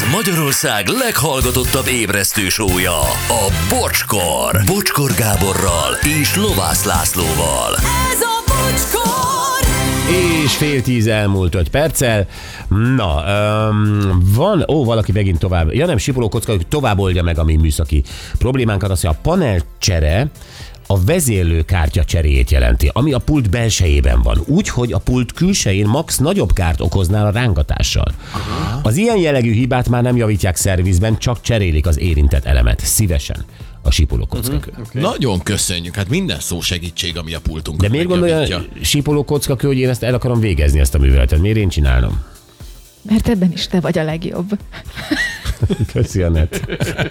Ez Magyarország leghallgatottabb ébresztő show-ja, a Bocskor. Bocskor Gáborral és Lovász Lászlóval. Ez a Bocskor! És 9:30 elmúlt 5 perccel. Na, van, valaki megint tovább. Ja nem, Sipoló Kocka, hogy tovább oldja meg a mi műszaki problémánkat. Azt mondja, a panelcsere a vezérlőkártya cseréjét jelenti, ami a pult belsejében van. Úgy, hogy a pult külsején max nagyobb kárt okoznál a rángatással. Aha. Az ilyen jellegű hibát már nem javítják szervizben, csak cserélik az érintett elemet. Szívesen. A Sipoló Kockakő. Okay. Nagyon köszönjük, hát minden szó segítség, ami a pultunkat De miért gondolja Sipoló Kockakő, hogy én ezt el akarom végezni, ezt a műveletet? Miért én csinálnom? Mert ebben is te vagy a legjobb. Köszi, Anett.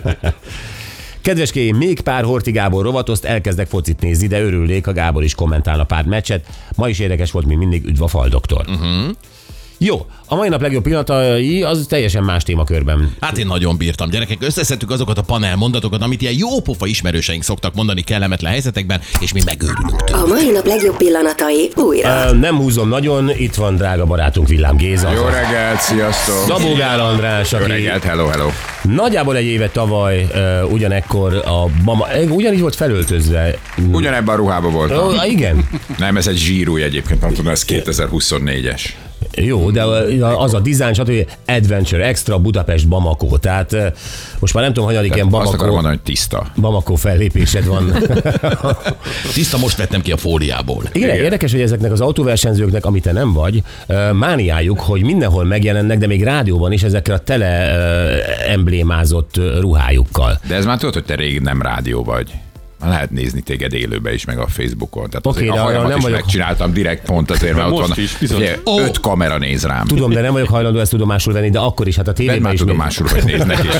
Kedveskéim, még pár Horthy Gábor rovatoszt, elkezdek focit nézni, de örülnék, a Gábor is kommentálna pár meccset. Ma is érdekes volt, mint mindig, üdv a Faldoktor. Jó, a mai nap legjobb pillanatai az teljesen más témakörben. Hát én nagyon bírtam, gyerekek. Összeszedtük azokat a panel mondatokat, amit ilyen jópofa ismerőseink szoktak mondani kellemetlen helyzetekben, és mi megőrülünk tőle. A mai nap legjobb pillanatai újra. Nem húzom nagyon, itt van drága barátunk Villám Géza. Jó reggelt, sziasztok! Szabó Gál András, aki Jó reggelt, hello. nagyjából egy éve tavaly ugyanekkor a Bama, ugyanígy volt felöltözve. Ugyanebben a ruhában voltam. Igen. Nem, ez egy zsírúj egyébként, nem tudom, ez 2024-es. Jó, de az a design, stb. Adventure Extra Budapest Bamako. Tehát most már nem tudom, hanyadik ilyen Azt akarom mondani, Bamako, hogy tiszta. Bamako fellépésed van. Tiszta, most vettem ki a fóliából. Igen, érdekes, hogy ezeknek az autóversenyzőknek, amit te nem vagy, mániájuk, hogy mindenhol megjelennek, de még rádióban is ezekkel a tele emblémázott ruhájukkal. De ez már tudod, hogy te rég nem rádió vagy. Lehet nézni téged élőbe is, meg a Facebookon. Tehát Oké, a de hajamat nem is vagyok... megcsináltam direkt pont azért, mert ott van. Ugye, 5 kamera néz rám. Tudom, de nem vagyok hajlandó ezt tudomásul venni, de akkor is, hát a Vedd tévében már is. tudomásul, hogy néznek is.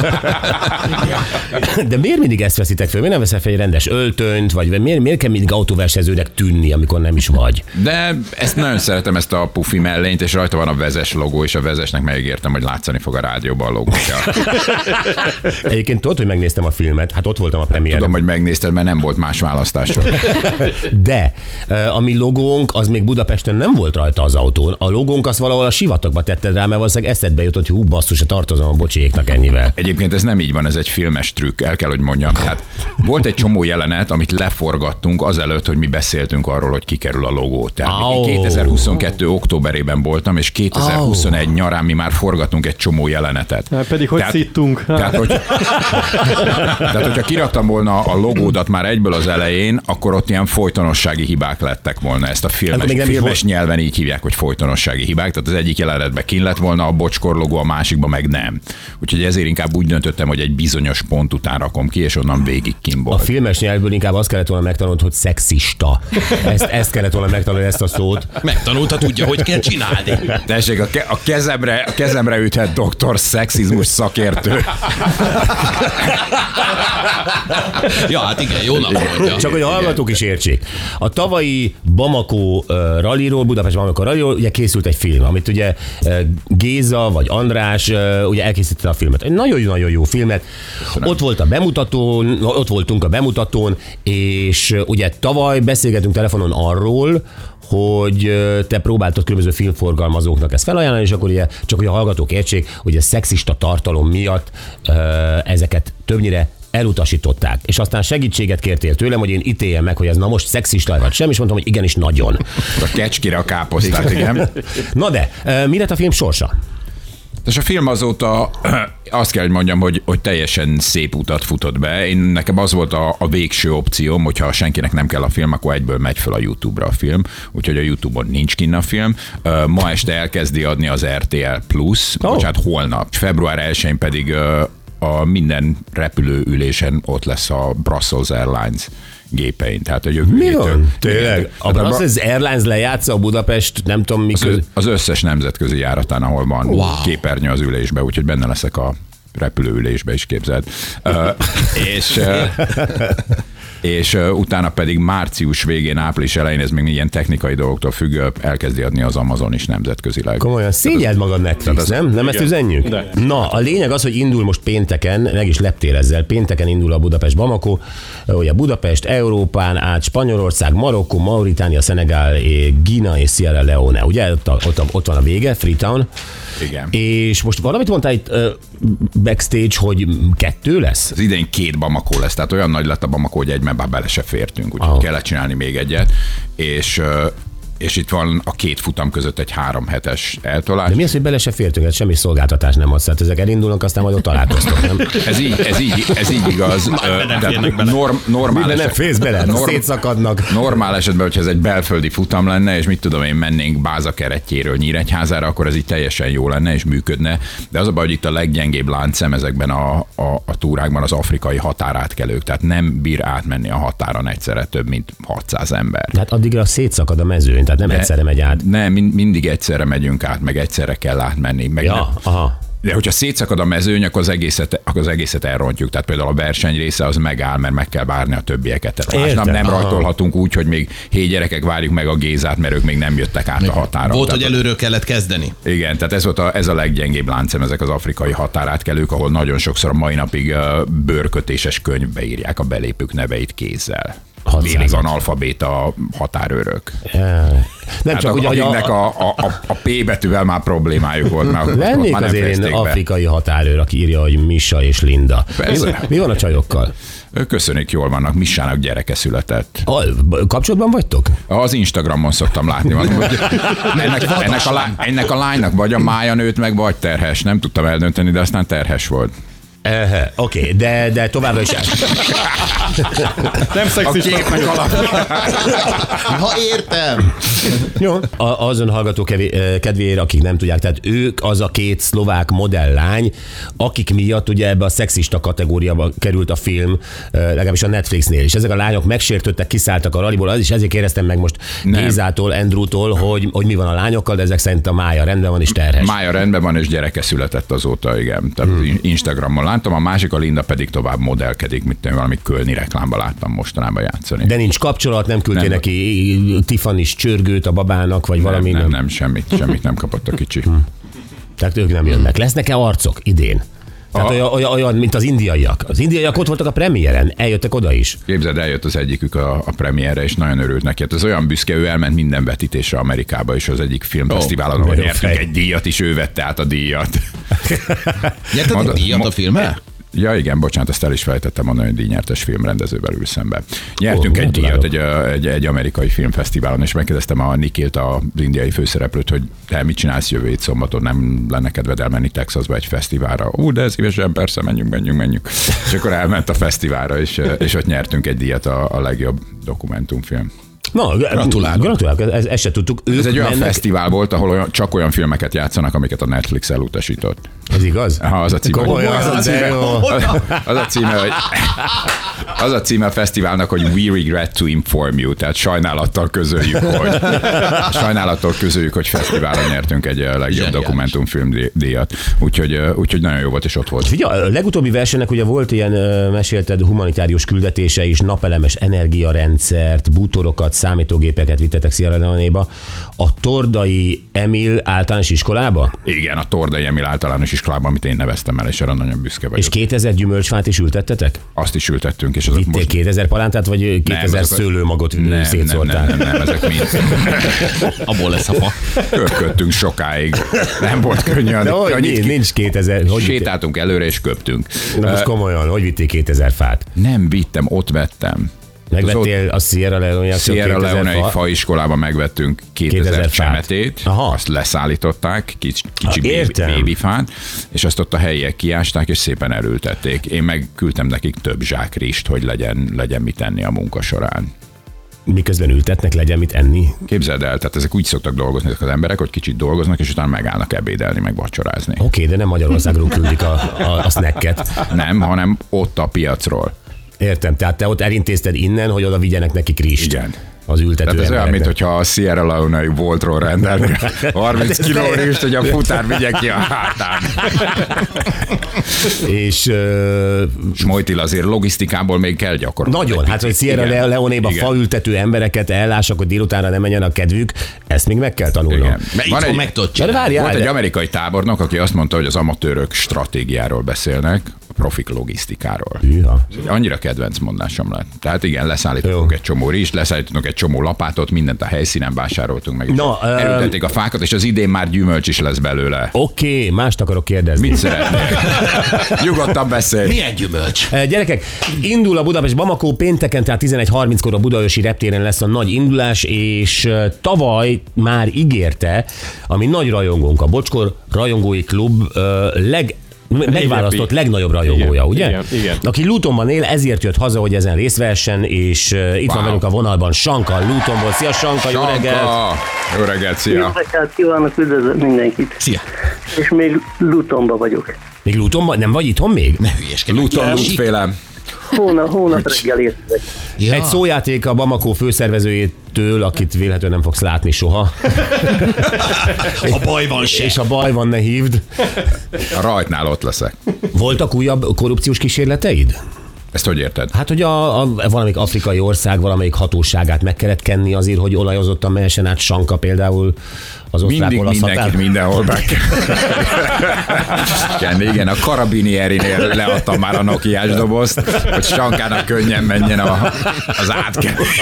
De miért mindig ezt veszitek föl? Miért nem veszel fel egy rendes öltönyt, vagy miért kell mindig autóversenyzőnek tűnni, amikor nem is vagy? De ezt nagyon szeretem, ezt a pufi mellényt, és rajta van a vezes logó, és a vezesnek megígértem, hogy látszani fog a rádióban a logója. Egyébként tudod, hogy megnéztem a filmet, hát ott voltam a premiéren. Tudom, hogy megnézted, mert nem volt más választásod. De a mi logónk az még Budapesten nem volt rajta az autón. A logónk az valahol a sivatagba tetted rá, mert valószínűleg eszedbe jutott, hogy basszus, tartozom a bocsiéknak ennyivel. Egyébként ez nem így van, ez egy filmes trükk, el kell, hogy mondjam. Tehát volt egy csomó jelenet, amit leforgattunk azelőtt, hogy mi beszéltünk arról, hogy kikerül a logó. Tehát 2022. októberében voltam, és 2021 nyarán mi már forgatunk egy csomó jelenetet. Pedig hogy szittunk. Tehát, hogyha kiraktam volna a logódat már egyből az elején, akkor ott ilyen folytonossági hibák lettek volna. Ezt a filmes nyelven így hívják, hogy folytonossági hibák. Tehát az egyik jelenetben kin lett volna a Bocskor logó, a másikban meg nem. Úgyhogy ezért inkább úgy döntöttem, hogy egy bizonyos pont után rakom ki, és onnan végig kin volt. A filmes nyelvből inkább azt kellett volna megtanulnod, hogy szexista. Ezt kellett volna megtanulni, ezt a szót. Megtanulta, tudja, hogy kell csinálni. Tessék, a kezemre üthet doktor szexizmus szakértő. Ja, hát igen, jó napot. Csak hogy a hallgatók is értsék. A tavalyi Bamako rallyról, Budapest Bamako rallyról ugye készült egy film, amit ugye Géza vagy András ugye elkészítette a filmet. Egy nagyon-nagyon jó filmet. Ott voltunk a bemutatón, és ugye tavaly beszélgetünk telefonon arról, hogy te próbáltad különböző filmforgalmazóknak ezt felajánlani, és akkor ugye, csak hogy a hallgatók értsék, hogy a szexista tartalom miatt ezeket többnyire elutasították, és aztán segítséget kértél tőlem, hogy én ítéljem meg, hogy ez na most szexista vagy sem, és mondtam, hogy igenis nagyon. A kecskére a káposztát, igen. Na de, mi lett a film sorsa? És a film azóta azt kell, hogy mondjam, hogy teljesen szép utat futott be. Nekem az volt a végső opcióm, hogyha senkinek nem kell a film, akkor egyből megy fel a YouTube-ra a film. Úgyhogy a YouTube-on nincs kinn a film. Ma este elkezdi adni az RTL Plus, vagy hát holnap. Február 1-én pedig a minden repülőülésen ott lesz a Brussels Airlines gépein. Tehát a jövő mi van? Tényleg? A Brussels Airlines lejátsza a Budapest, nem tudom mikor. Az összes nemzetközi járatán, ahol van képernyő az ülésbe, úgyhogy benne leszek a repülőülésbe is, képzeld. és utána pedig március végén, április elején, ez még ilyen technikai dolgoktól függ, elkezdi adni az Amazon is nemzetközileg. Komolyan, szégyeld magad Netflix, nem ezt üzenjük? De. Na, a lényeg az, hogy indul most pénteken, meg is leptél ezzel, pénteken indul a Budapest-Bamako, ugye Budapest, Európán át, Spanyolország, Marokkó, Mauritánia, Szenegál, Guinea és Sierra Leone, ugye? Ott van a vége, Freetown. Igen. És most valamit mondtál itt backstage, hogy 2 lesz? Az idén 2 Bamako lesz, tehát olyan nagy lett a Bamako, hogy egyben már bele se fértünk, úgyhogy kellett csinálni még egyet, és itt van a 2 futam között egy 3 hetes eltolás. De mi az, hogy bele se fértünk, hát semmi szolgáltatás nem adsz, hát ezek elindulnak, aztán majd ott találkoztok, nem? Ez így igaz. Normál nem félsz bele, szétszakadnak. Normál esetben, hogyha ez egy belföldi futam lenne, és mit tudom én, mennénk Báza keretjéről Nyíregyházára, akkor ez így teljesen jó lenne, és működne. De az a baj, hogy itt a leggyengébb láncszem ezekben a túrákban az afrikai határátkelők, tehát nem bír átmenni a határon egyszerre több, mint 600 ember. Hát addigra szétzakad a mezőn, tehát nem egyszerre megy át. Nem, mindig egyszerre megyünk át, meg egyszerre kell átmenni. Meg aha. De hogyha szétszakad a mezőny, akkor az egészet elrontjuk. Tehát például a verseny része az megáll, mert meg kell várni a többieket. Tehát másnap nem rajtolhatunk úgy, hogy még gyerekek, várjuk meg a Gézát, mert ők még nem jöttek át a határon. Volt, hogy előről kellett kezdeni. Igen, tehát ez a leggyengébb láncem, ezek az afrikai határátkelők, ahol nagyon sokszor a mai napig bőrkötéses könyvbe írják a belépők neveit kézzel. Félig analfabéta határőrök. Nem csak ugye, akiknek a P betűvel már problémájuk volt. Lennék azért én afrikai határőr, aki írja, hogy Misha és Linda. Mi van a csajokkal? Köszönjük, jól vannak. Missának gyereke született. Kapcsolatban vagytok? Az Instagramon szoktam látni. Ennek a lánynak vagy a mája nőtt meg, vagy terhes. Nem tudtam eldönteni, de aztán terhes volt. Oké, de továbbra is Nem szexista. A képnek Ha értem. Jó. Azon hallgató kedvéért, akik nem tudják, tehát ők az a 2 szlovák modelllány, akik miatt ugye ebbe a szexista kategóriába került a film, legalábbis a Netflixnél, és ezek a lányok megsértődtek, kiszálltak a raliból, és ezért kérdeztem meg most Gézától, Andrewtól, hogy mi van a lányokkal, de ezek szerint a Mája rendben van és terhes. Mája rendben van, és gyereke született azóta, igen. Tehát Instagramon láttam, a másik, a Linda pedig tovább modellkedik, mint valami kölni reklámba láttam mostanában játszani. De nincs kapcsolat, nem küldtél neki Tiffany-s csörgőt a babának, vagy valami? Nem, semmit nem kapott a kicsi. Tehát ők nem jönnek. Lesznek-e arcok idén? Tehát olyan, mint az indiaiak. Az indiaiak ott voltak a premiéren, eljöttek oda is. Képzeld, eljött az egyikük a premiérre, és nagyon örült neki. Hát ez olyan büszke, ő elment minden vetítésre Amerikába, és az egyik filmfesztiválon, ahol nyertünk egy díjat, és ő vette át a díjat. Nyerted a díjat a filmmel? Ja igen, bocsánat, ezt el is felejtettem mondani, hogy díjnyertes filmrendezővel ül szembe. Nyertünk egy díjat egy amerikai filmfesztiválon, és megkérdeztem a Nikilt, az indiai főszereplőt, hogy te mit csinálsz jövő hét szombaton, nem lenne kedved elmenni Texasba egy fesztiválra? De szívesen, persze, menjünk. És akkor elment a fesztiválra, és ott nyertünk egy díjat a legjobb dokumentumfilm. Na, gratulálok, ezt se tudtuk. Ez egy olyan fesztivál volt, ahol csak olyan filmeket játszanak, amiket a Netflix elutasított. Ez igaz? Az a címe. Az a címe a fesztiválnak, hogy We regret to inform you, tehát sajnálattal közöljük, hogy fesztiválon nyertünk egy legjobb dokumentumfilm díjat. Úgyhogy nagyon jó volt, és ott volt. Figyelj, a legutóbbi versenynek ugye volt ilyen, mesélted, humanitárius küldetése is, napelemes energiarendszert, bútorokat, számítógépeket vittetek Sierra Leone-ba. A Tordai Emil általános iskolába? Igen, a Tordai Emil általános iskolában, amit én neveztem el, és erre nagyon büszke vagyok. És 2000 gyümölcsfát is ültettetek? Azt is ültettünk. És vittél most... 2000 palántát, vagy 2000 szőlőmagot szétszórtál? Nem, ezek mind. Abból lesz a fa. Köpködtünk sokáig. Nem volt könnyű. Nincs 2000. Sétáltunk előre, és köptünk. Na most komolyan, hogy vittél 2000 fát? Nem vittem, ott vettem. Megvettél a Sierra Leone faiskolában megvettünk 2000 csemetét, azt leszállították, kicsi babyfát, és azt ott a helyiek kiásták, és szépen elültették. Én megküldtem nekik több zsák rist, hogy legyen mit enni a munka során. Miközben ültetnek, legyen mit enni? Képzeld el, tehát ezek úgy szoktak dolgozni ezek az emberek, hogy kicsit dolgoznak, és utána megállnak ebédelni, meg vacsorázni. Oké, de nem Magyarországról küldik a snacket. Nem, hanem ott a piacról. Értem, tehát te ott elintézted innen, hogy oda vigyenek nekik rist. Igen. az ültető Tehát ez olyan, embereknek. mintha a Sierra Leone-i Voltról rendelni 30 kilórist, hogy a futár vigye ki a hátán. És Smojtil azért logisztikából még kell gyakorolni. nagyon, hát hogy Sierra Leone-ba Igen. faültető embereket ellássak, hogy délutánra nem menjen a kedvük, ezt még meg kell tanulnom. Igen. Mert Van itthon egy- meg tudod De csinálni. várjál, Volt egy de- amerikai tábornok, aki azt mondta, hogy az amatőrök stratégiáról beszélnek, a profik logisztikáról. Hűha. Annyira kedvenc mondásom lett. Tehát igen, leszállítottunk Jó. egy csomó rizst, leszállítottunk egy csomó lapátot, mindent a helyszínen vásároltunk meg. és Na, elültették a fákat, és az idén már gyümölcs is lesz belőle. Oké, mást akarok kérdezni. Mit szeretnél? Nyugodtan beszélj. Milyen gyümölcs? Gyerekek, indul a Budapest Bamako pénteken, tehát 11:30-kor a Budaörsi reptéren lesz a nagy indulás, és tavaly már ígérte, ami nagy rajongónk, a Bocskor Rajongói Klub megválasztott legnagyobb rajongója, Igen, ugye? igen. Aki Lutonban él, ezért jött haza, hogy ezen részt vehessen, és itt van Wow. velünk a vonalban Sanka Lutonból. Szia Sanka, jó reggelt! Sanka! Jó reggelt, szia! Jó reggelt kívánok, üdvözlök mindenkit. Szia. És még Lutonba vagyok. Még Lutonban? Nem vagy itthon még? Ne hülyeskedj. Luton, Ilyen Lutfélem. Hónap reggel érkezek. Ja. Egy szójáték a Bamako főszervezőjétől, akit véletlenül nem fogsz látni soha. A bajban se. És a baj van, ne hívd. A rajtnál ott leszek. Voltak újabb korrupciós kísérleteid? Ezt hogy érted? Hát, hogy valamelyik afrikai ország valamelyik hatóságát meg kellett kenni azért, hogy olajozottan mehessen át Sanka például az osztrák-olasz Mindenkit határ. mindenhol meg kell. Igen, a Carabinierinél leadtam már a Nokiás dobozt, hogy Sankának könnyen menjen az átkelés.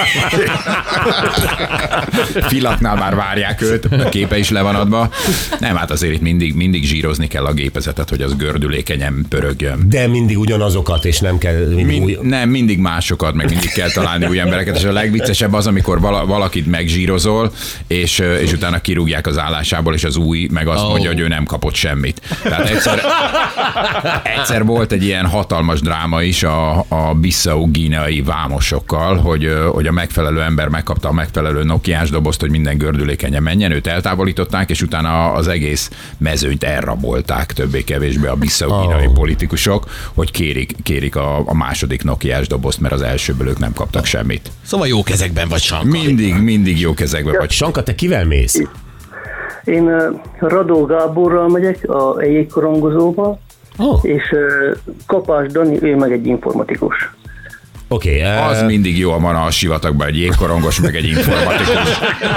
Filaknál már várják őt, a képe is le van adva. Nem, hát azért itt mindig zsírozni kell a gépezetet, hogy az gördülékenyen pörögjön. De mindig ugyanazokat, és nem kell mindig új... Nem, mindig másokat, meg mindig kell találni új embereket, és a legviccesebb az, amikor valakit megzsírozol, és utána kirúgják az állásából, és az új meg azt mondja, hogy ő nem kapott semmit. Tehát egyszer volt egy ilyen hatalmas dráma is a Bissau-gíneai vámosokkal, hogy a megfelelő ember megkapta a megfelelő Nokiás dobozt, hogy minden gördülékenyen menjen, őt eltávolították, és utána az egész mezőnyt elrabolták többé-kevésbé a Bissau-gíneai politikusok, hogy kérik a második Nokiás dobozt, mert az elsőből ők nem kaptak semmit. Szóval jó kezekben vagy, Sanka. Mindig jó kezekbe vagy. Sanka, te kivel mész? Én Radó Gáborral megyek a jégkorongozóba, és Kapás Dani, ő meg egy informatikus. Oké. Az mindig jó van a sivatagban, egy jégkorongos, meg egy informatikus.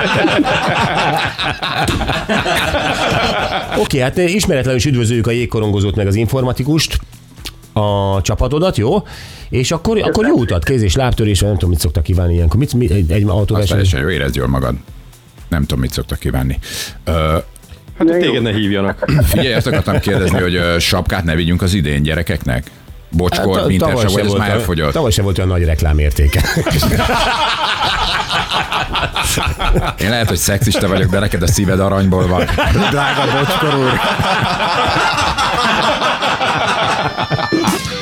Oké, hát ismeretlenül is üdvözöljük a jégkorongozót meg az informatikust, a csapatodat, jó? És akkor jó utat, kéz- és lábtörés, vagy nem tudom, mit szoktak kívánni ilyenkor. Egy Az autóverseny? teljesen jó, érezd jól magad. Nem tudom, mit szoktak kívánni. Hát hogy téged ne hívjanak. Figyelj, ezt akartam kérdezni, hogy sapkát ne vigyünk az idén gyerekeknek? Bocskor, Tavaly Winterse, se vagy ez volt már elfogyott? Tavaly sem volt olyan nagy reklámértéke. Én lehet, hogy szexista vagyok, de neked a szíved aranyból van. Drága Bocskor úr.